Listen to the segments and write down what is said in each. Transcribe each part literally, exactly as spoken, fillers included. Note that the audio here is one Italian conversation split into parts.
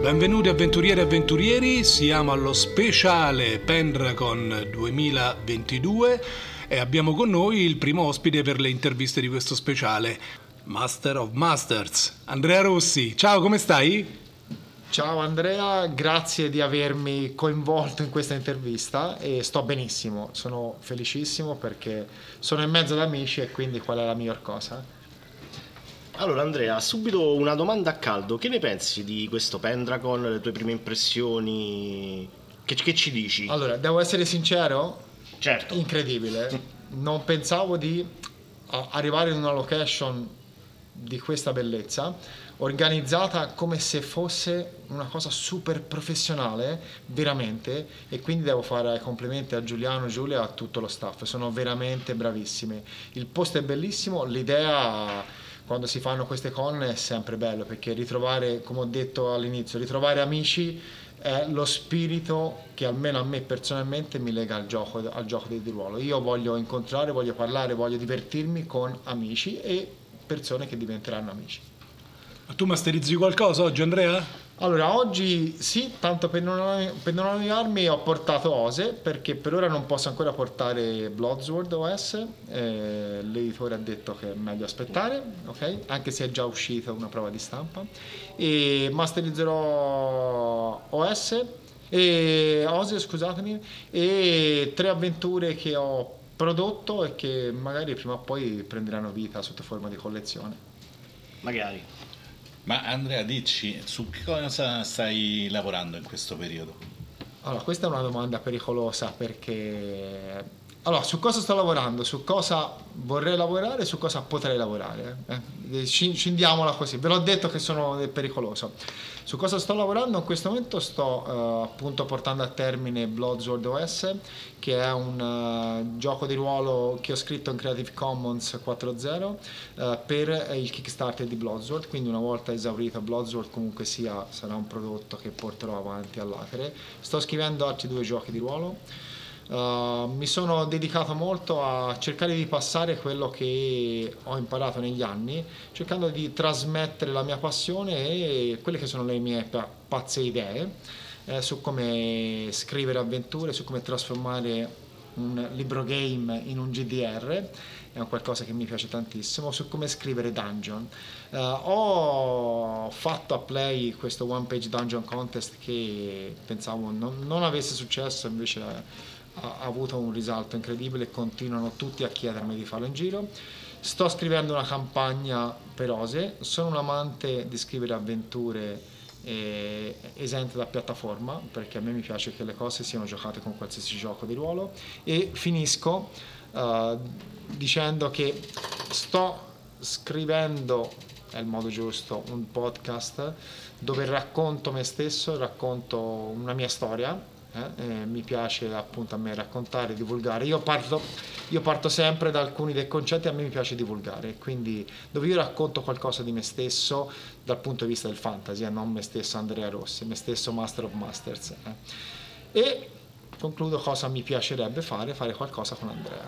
Benvenuti avventurieri e avventurieri, siamo allo speciale Pendragon duemilaventidue e abbiamo con noi il primo ospite per le interviste di questo speciale, Master of Masters, Andrea Rossi. Ciao, come stai? Ciao Andrea, grazie di avermi coinvolto in questa intervista e sto benissimo, sono felicissimo perché sono in mezzo ad amici e quindi qual è la miglior cosa? Allora Andrea, subito una domanda a caldo, che ne pensi di questo Pendragon, le tue prime impressioni, che, che ci dici? Allora, devo essere sincero? Certo. Incredibile, non pensavo di arrivare in una location di questa bellezza, organizzata come se fosse una cosa super professionale, veramente, e quindi devo fare complimenti a Giuliano, Giulia e a tutto lo staff, sono veramente bravissimi. Il posto è bellissimo, l'idea quando si fanno queste con è sempre bello, perché ritrovare, come ho detto all'inizio, ritrovare amici è lo spirito che almeno a me personalmente mi lega al gioco, al gioco di ruolo. Io voglio incontrare, voglio parlare, voglio divertirmi con amici e persone che diventeranno amici. Ma tu masterizzi qualcosa oggi, Andrea? Allora, oggi sì, tanto per non, per non annoiarmi ho portato Ose, perché per ora non posso ancora portare Bloodsword O S, eh, l'editore ha detto che è meglio aspettare, ok? Anche se è già uscita una prova di stampa, e masterizzerò O S, e Ose, scusatemi, e tre avventure che ho prodotto e che magari prima o poi prenderanno vita sotto forma di collezione. Magari. Ma Andrea, dici, su che cosa stai lavorando in questo periodo? Allora, questa è una domanda pericolosa perché... Allora, su cosa sto lavorando? Su cosa vorrei lavorare? Su cosa potrei lavorare? Eh? Scindiamola così. Ve l'ho detto che sono pericoloso. Su cosa sto lavorando? In questo momento sto uh, appunto portando a termine Bloodsword O S, che è un uh, gioco di ruolo che ho scritto in Creative Commons quattro punto zero uh, per il Kickstarter di Bloodsword, quindi una volta esaurito Bloodsword comunque sia sarà un prodotto che porterò avanti all'atere. Sto scrivendo altri due giochi di ruolo. Uh, mi sono dedicato molto a cercare di passare quello che ho imparato negli anni, cercando di trasmettere la mia passione e quelle che sono le mie pazze idee eh, su come scrivere avventure, su come trasformare un libro game in un G D R, è un qualcosa che mi piace tantissimo, su come scrivere dungeon. Uh, ho fatto a Play questo One Page Dungeon Contest che pensavo non, non avesse successo, invece ha avuto un risalto incredibile e continuano tutti a chiedermi di farlo in giro. Sto scrivendo una campagna per Ose, sono un amante di scrivere avventure eh, esente da piattaforma, perché a me mi piace che le cose siano giocate con qualsiasi gioco di ruolo, e finisco uh, dicendo che sto scrivendo, è il modo giusto, un podcast dove racconto me stesso, racconto una mia storia. Eh, eh, mi piace appunto a me raccontare, divulgare. Io parto, io parto sempre da alcuni dei concetti, a me mi piace divulgare, quindi dove io racconto qualcosa di me stesso dal punto di vista del fantasy, eh, non me stesso Andrea Rossi, me stesso Master of Masters. Eh. E concludo cosa mi piacerebbe fare, fare qualcosa con Andrea.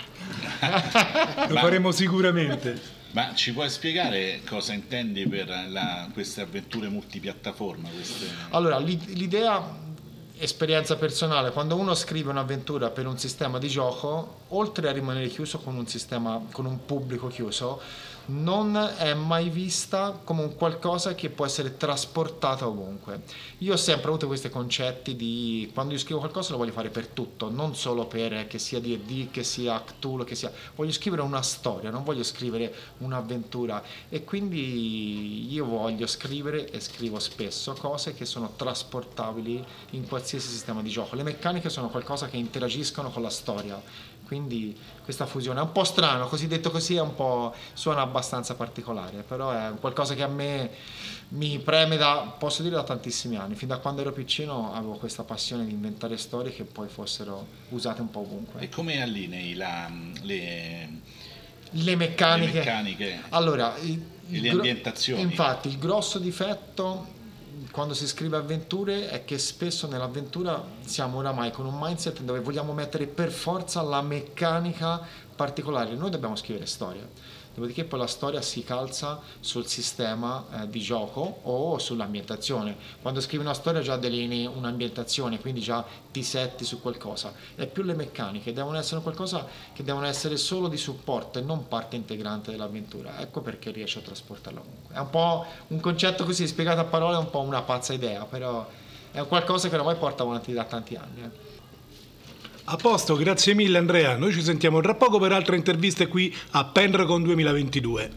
Lo ma, faremo sicuramente. Ma ci puoi spiegare cosa intendi per la, queste avventure multipiattaforma? Queste... Allora, l'idea... esperienza personale, quando uno scrive un'avventura per un sistema di gioco, oltre a rimanere chiuso con un sistema, con un pubblico chiuso, non è mai vista come un qualcosa che può essere trasportato ovunque. Io ho sempre avuto questi concetti di quando io scrivo qualcosa lo voglio fare per tutto, non solo per che sia D and D, che sia Cthulhu, che sia... voglio scrivere una storia, non voglio scrivere un'avventura, e quindi io voglio scrivere e scrivo spesso cose che sono trasportabili in qualsiasi sistema di gioco. Le meccaniche sono qualcosa che interagiscono con la storia, quindi questa fusione è un po' strano, così detto così è un po', suona abbastanza particolare, però è qualcosa che a me mi preme da, posso dire, da tantissimi anni. Fin da quando ero piccino avevo questa passione di inventare storie che poi fossero usate un po' ovunque. E come allinei la, le, le meccaniche? Le meccaniche allora, il, e le ambientazioni. Infatti il grosso difetto quando si scrive avventure è che spesso nell'avventura siamo oramai con un mindset dove vogliamo mettere per forza la meccanica particolare, noi dobbiamo scrivere storia. Dopodiché poi la storia si calza sul sistema eh, di gioco o sull'ambientazione. Quando scrivi una storia già delinei un'ambientazione, quindi già ti setti su qualcosa. E più le meccaniche devono essere qualcosa che devono essere solo di supporto e non parte integrante dell'avventura. Ecco perché riesce a trasportarla comunque. È un po' un concetto così spiegato a parole, è un po' una pazza idea, però è qualcosa che ormai porta avanti da tanti anni. Eh. A posto, grazie mille Andrea, noi ci sentiamo tra poco per altre interviste qui a Pendragon duemilaventidue.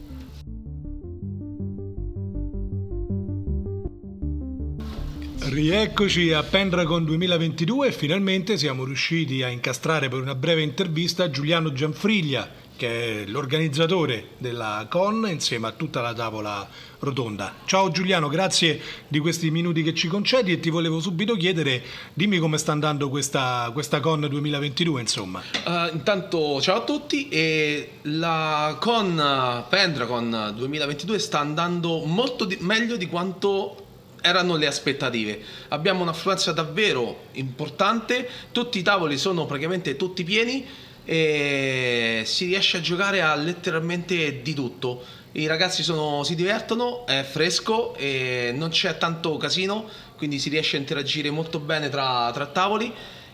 Rieccoci a Pendragon duemilaventidue e finalmente siamo riusciti a incastrare per una breve intervista Giuliano Gianfriglia, che è l'organizzatore della con insieme a tutta la tavola rotonda. Ciao Giuliano, grazie di questi minuti che ci concedi e ti volevo subito chiedere, dimmi come sta andando questa, questa con duemilaventidue insomma. Uh, intanto ciao a tutti, e la con Pendragon duemilaventidue sta andando molto di, meglio di quanto erano le aspettative. Abbiamo un'affluenza davvero importante, tutti i tavoli sono praticamente tutti pieni e si riesce a giocare a letteralmente di tutto. I ragazzi sono, si divertono, è fresco e non c'è tanto casino, quindi si riesce a interagire molto bene tra, tra tavoli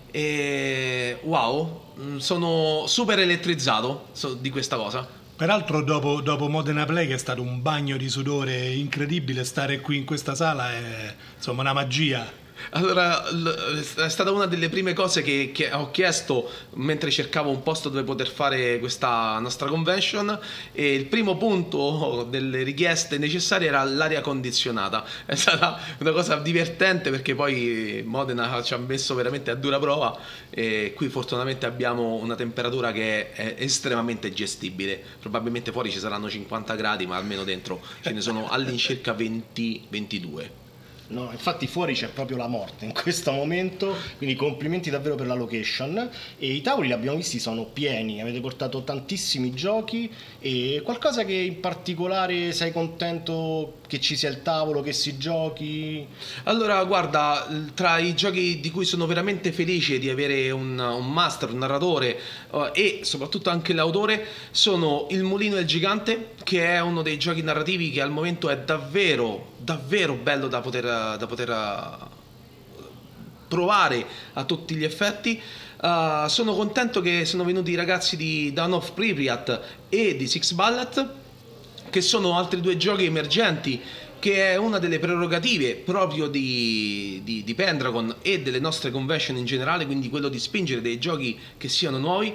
e wow, sono super elettrizzato di questa cosa. Peraltro dopo, dopo Modena Play, che è stato un bagno di sudore incredibile, stare qui in questa sala è insomma una magia. Allora, è stata una delle prime cose che, che ho chiesto mentre cercavo un posto dove poter fare questa nostra convention, e il primo punto delle richieste necessarie era l'aria condizionata. È stata una cosa divertente perché poi Modena ci ha messo veramente a dura prova e qui fortunatamente abbiamo una temperatura che è estremamente gestibile. Probabilmente fuori ci saranno cinquanta gradi, ma almeno dentro ce ne sono all'incirca venti ventidue. No, infatti fuori c'è proprio la morte in questo momento, quindi complimenti davvero per la location. E i tavoli li abbiamo visti, sono pieni, avete portato tantissimi giochi. E qualcosa che in particolare sei contento che ci sia il tavolo, che si giochi? Allora guarda, tra i giochi di cui sono veramente felice di avere un, un master, un narratore uh, e soprattutto anche l'autore sono Il Mulino e il Gigante, che è uno dei giochi narrativi che al momento è davvero davvero bello da poter, da poter provare a tutti gli effetti. Uh, sono contento che sono venuti i ragazzi di Dawn of Pripyat e di Six Bullet, che sono altri due giochi emergenti, che è una delle prerogative proprio di, di, di Pendragon e delle nostre convention in generale, quindi quello di spingere dei giochi che siano nuovi.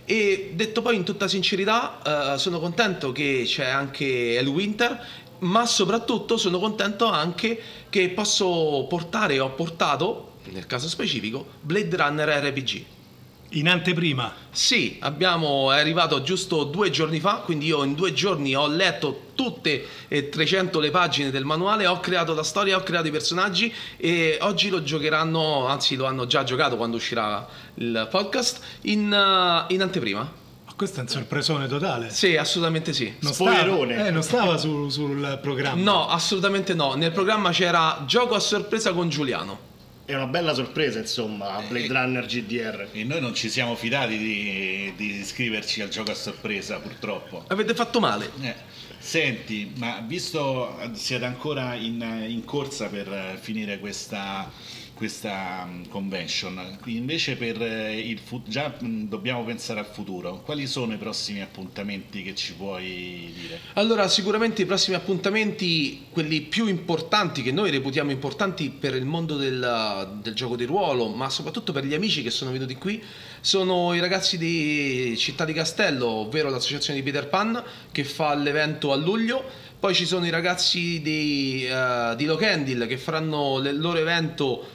E detto poi in tutta sincerità, uh, sono contento che c'è anche Hellwinter, ma soprattutto sono contento anche che posso portare, ho portato, nel caso specifico, Blade Runner R P G. In anteprima? Sì, abbiamo, è arrivato giusto due giorni fa, quindi io in due giorni ho letto tutte e trecento le pagine del manuale, ho creato la storia, ho creato i personaggi e oggi lo giocheranno, anzi lo hanno già giocato quando uscirà il podcast, in, uh, in anteprima. Questo è un sorpresone totale. Sì, assolutamente sì. Non Spoilerone. stava, eh, non stava su, sul programma. No, assolutamente no. Nel programma c'era gioco a sorpresa con Giuliano. È una bella sorpresa, insomma, Blade Runner G D R. E noi non ci siamo fidati di, di iscriverci al gioco a sorpresa, purtroppo. Avete fatto male. Eh. Senti, ma visto siete ancora in, in corsa per finire questa... questa convention, invece per il fu- già dobbiamo pensare al futuro. Quali sono i prossimi appuntamenti che ci puoi dire? Allora, sicuramente i prossimi appuntamenti, quelli più importanti, che noi reputiamo importanti per il mondo del, del gioco di ruolo, ma soprattutto per gli amici che sono venuti qui, sono i ragazzi di Città di Castello, ovvero l'associazione di Peter Pan, che fa l'evento a luglio. Poi ci sono i ragazzi di, uh, di Locandil, che faranno il loro evento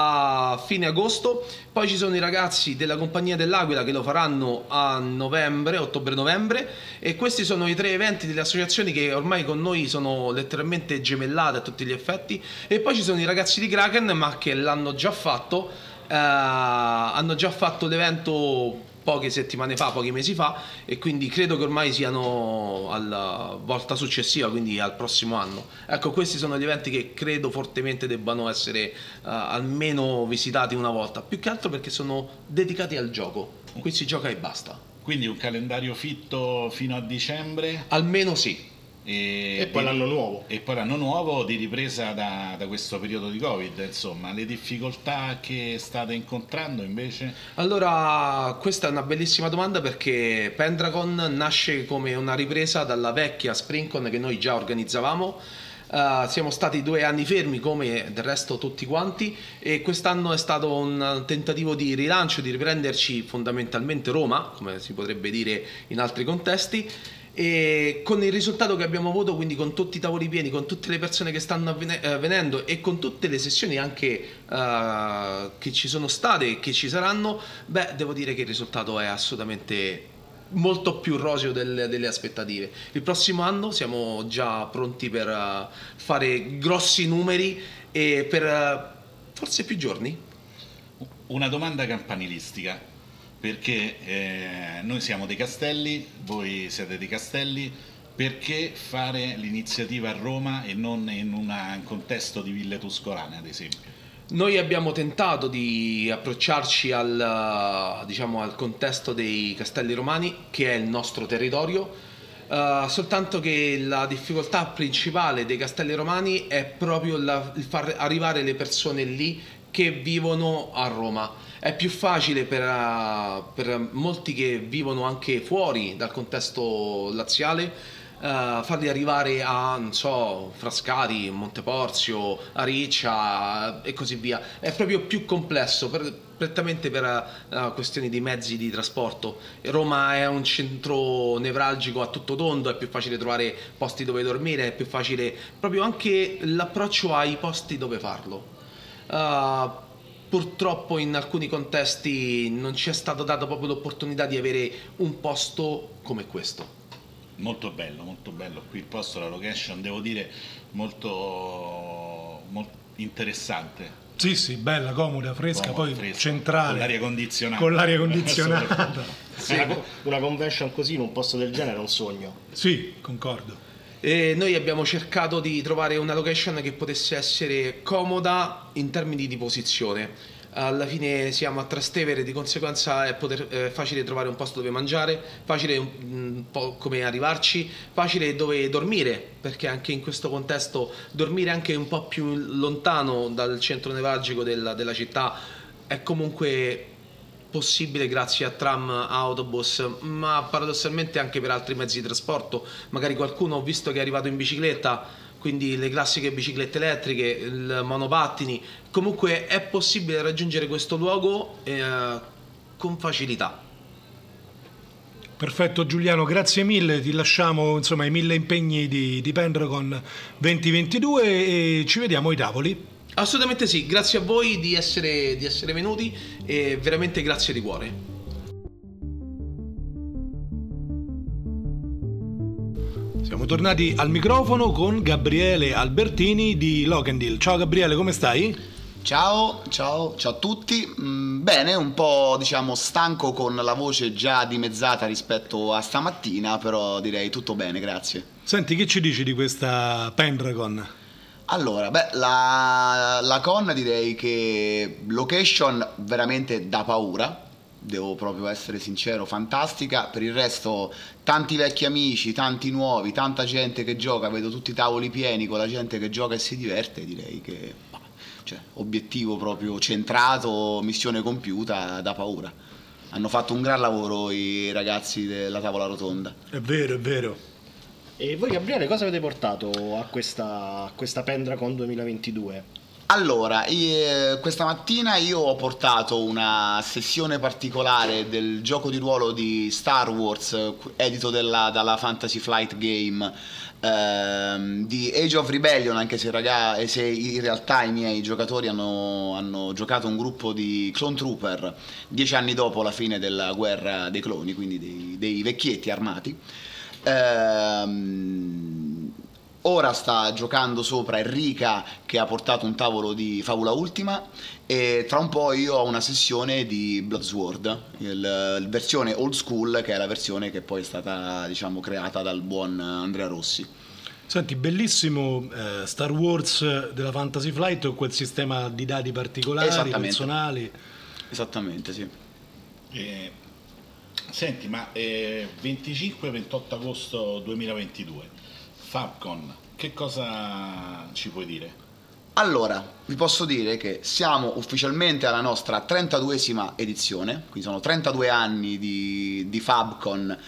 a fine agosto. Poi ci sono i ragazzi della Compagnia dell'Aquila che lo faranno a novembre, ottobre-novembre, e questi sono i tre eventi delle associazioni che ormai con noi sono letteralmente gemellate a tutti gli effetti. E poi ci sono i ragazzi di Kraken, ma che l'hanno già fatto, eh, hanno già fatto l'evento poche settimane fa, pochi mesi fa, e quindi credo che ormai siano alla volta successiva, quindi al prossimo anno. Ecco, questi sono gli eventi che credo fortemente debbano essere uh, almeno visitati una volta, più che altro perché sono dedicati al gioco. Qui si gioca e basta. Quindi un calendario fitto fino a dicembre. Almeno sì. E, E poi di- l'anno nuovo. E poi l'anno nuovo di ripresa da, da questo periodo di Covid, insomma, le difficoltà che state incontrando invece? Allora, questa è una bellissima domanda perché Pendragon nasce come una ripresa dalla vecchia SpringCon che noi già organizzavamo. Uh, siamo stati due anni fermi come del resto tutti quanti e quest'anno è stato un tentativo di rilancio, di riprenderci fondamentalmente Roma, come si potrebbe dire in altri contesti, e con il risultato che abbiamo avuto, quindi con tutti i tavoli pieni, con tutte le persone che stanno avven- eh, venendo e con tutte le sessioni anche uh, che ci sono state e che ci saranno, beh, devo dire che il risultato è assolutamente molto più roseo del- delle aspettative. Il prossimo anno siamo già pronti per uh, fare grossi numeri e per uh, forse più giorni. Una domanda campanilistica, perché eh, noi siamo dei Castelli, voi siete dei Castelli, perché fare l'iniziativa a Roma e non in una- un contesto di ville tuscolane, ad esempio? Noi abbiamo tentato di approcciarci al, diciamo, al contesto dei Castelli Romani, che è il nostro territorio, eh, soltanto che la difficoltà principale dei Castelli Romani è proprio la- il far arrivare le persone lì che vivono a Roma. È più facile per, eh, per molti che vivono anche fuori dal contesto laziale, Uh, farli arrivare a, non so, Frascati, Monteporzio, Ariccia e così via. È proprio più complesso, per, prettamente per uh, questioni di mezzi di trasporto. Roma è un centro nevralgico a tutto tondo, è più facile trovare posti dove dormire, è più facile proprio anche l'approccio ai posti dove farlo. Uh, purtroppo in alcuni contesti non ci è stata data proprio l'opportunità di avere un posto come questo. Molto bello, molto bello. Qui il posto, la location, devo dire, molto, molto interessante. Sì, sì, bella, comoda, fresca, Comoda, poi fresca, centrale. con l'aria condizionata. Con l'aria condizionata. Una, co- una convention così in un posto del genere è un sogno. Sì, concordo. E noi abbiamo cercato di trovare una location che potesse essere comoda in termini di posizione. Alla fine siamo a Trastevere, di conseguenza è poter- eh, facile trovare un posto dove mangiare, facile un, un po' come arrivarci, facile dove dormire, perché anche in questo contesto dormire anche un po' più lontano dal centro nevralgico della, della città è comunque possibile grazie a tram, autobus, ma paradossalmente anche per altri mezzi di trasporto. Magari qualcuno ho visto che è arrivato in bicicletta, quindi le classiche biciclette elettriche, il monopattini. Comunque è possibile raggiungere questo luogo eh, con facilità. Perfetto Giuliano, grazie mille, ti lasciamo insomma ai mille impegni di, di Pendragon duemilaventidue e ci vediamo ai tavoli. Assolutamente sì, grazie a voi di essere, di essere venuti e veramente grazie di cuore. Siamo tornati al microfono con Gabriele Albertini di Lokendil. Ciao Gabriele, come stai? Ciao, ciao, ciao a tutti. Mm, bene, un po' diciamo stanco con la voce già dimezzata rispetto a stamattina, però direi tutto bene, grazie. Senti, che ci dici di questa Pendragon? Allora, beh, la, la con direi che location veramente da paura, devo proprio essere sincero, fantastica. Per il resto tanti vecchi amici, tanti nuovi, tanta gente che gioca, vedo tutti i tavoli pieni con la gente che gioca e si diverte, direi che bah, cioè, obiettivo proprio centrato, missione compiuta, da paura. Hanno fatto un gran lavoro i ragazzi della tavola rotonda. È vero, è vero. E voi Gabriele cosa avete portato a questa, a questa Pendragon duemilaventidue? Allora, io, questa mattina io ho portato una sessione particolare del gioco di ruolo di Star Wars, edito della, dalla Fantasy Flight Game, ehm, di Age of Rebellion, anche se, raga, se in realtà i miei giocatori hanno, hanno giocato un gruppo di Clone Trooper dieci anni dopo la fine della guerra dei cloni, quindi dei, dei vecchietti armati. Ehm, ora sta giocando sopra Enrica, che ha portato un tavolo di Fabula Ultima, e tra un po' io ho una sessione di Bloodsword, il, il versione old school, che è la versione che poi è stata, diciamo, creata dal buon Andrea Rossi. Senti, bellissimo eh, Star Wars della Fantasy Flight con quel sistema di dadi particolari, Esattamente. personali. Esattamente, sì. E Senti, ma eh, venticinque ventotto agosto duemilaventidue, Fabcon, che cosa ci puoi dire? Allora, vi posso dire che siamo ufficialmente alla nostra trentaduesima edizione, quindi sono trentadue anni di, di Fabcon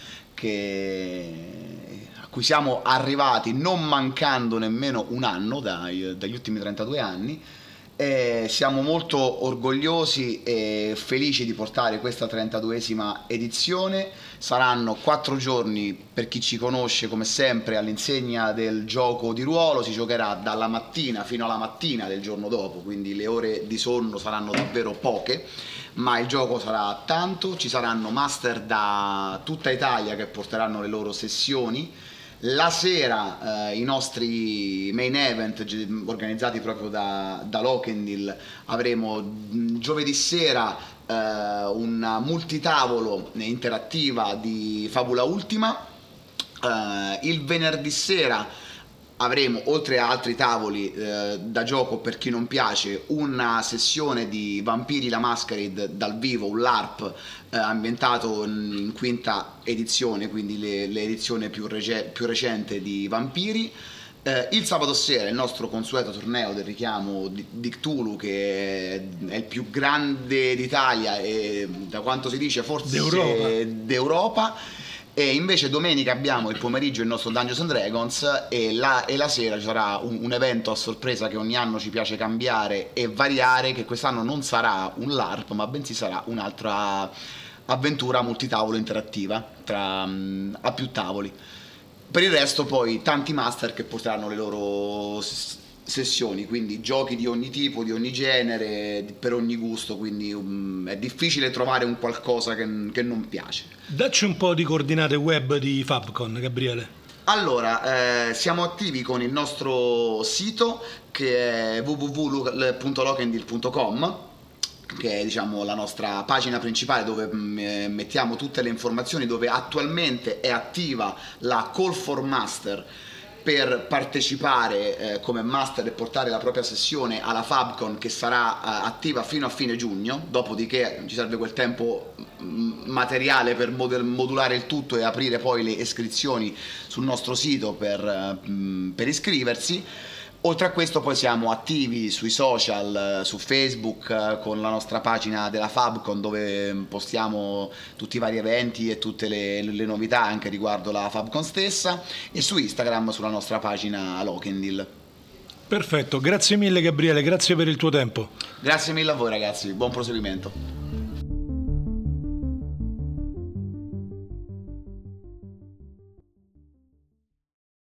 che, a cui siamo arrivati non mancando nemmeno un anno dai, dagli ultimi trentadue anni. E siamo molto orgogliosi e felici di portare questa trentaduesima edizione. Saranno quattro giorni, per chi ci conosce, come sempre all'insegna del gioco di ruolo. Si giocherà dalla mattina fino alla mattina del giorno dopo, quindi le ore di sonno saranno davvero poche, ma il gioco sarà tanto. Ci saranno master da tutta Italia che porteranno le loro sessioni. La sera eh, i nostri main event g- organizzati proprio da, da Lokendil, avremo mh, giovedì sera eh, una multitavolo interattiva di Fabula Ultima, eh, il venerdì sera avremo, oltre a altri tavoli eh, da gioco per chi non piace, una sessione di Vampiri la Masquerade dal vivo, un LARP eh, ambientato in, in quinta edizione, quindi le, le edizioni più, rece- più recente di Vampiri. Eh, il sabato sera il nostro consueto torneo del richiamo di, di Cthulhu, che è, è il più grande d'Italia e, da quanto si dice, forse D'Europa. d'Europa. E invece domenica abbiamo il pomeriggio il nostro Dungeons and Dragons e la, e la sera ci sarà un, un evento a sorpresa che ogni anno ci piace cambiare e variare, che quest'anno non sarà un LARP ma bensì sarà un'altra avventura multitavolo interattiva tra, um, a più tavoli. Per il resto poi tanti master che porteranno le loro s- sessioni, quindi giochi di ogni tipo, di ogni genere, per ogni gusto, quindi um, è difficile trovare un qualcosa che, che non piace. Dacci un po' di coordinate web di Fabcon, Gabriele. Allora, eh, siamo attivi con il nostro sito che è w w w punto lokendil punto com, che è, diciamo, la nostra pagina principale dove mh, mettiamo tutte le informazioni, dove attualmente è attiva la Call for Master per partecipare eh, come master e portare la propria sessione alla Fabcon, che sarà eh, attiva fino a fine giugno. Dopodiché ci serve quel tempo mh, materiale per mod- modulare il tutto e aprire poi le iscrizioni sul nostro sito per, mh, per iscriversi. Oltre a questo poi siamo attivi sui social, su Facebook con la nostra pagina della Fabcon, dove postiamo tutti i vari eventi e tutte le, le novità anche riguardo la Fabcon stessa, e su Instagram sulla nostra pagina Lokendil. Perfetto, grazie mille Gabriele, grazie per il tuo tempo. Grazie mille a voi ragazzi, buon proseguimento.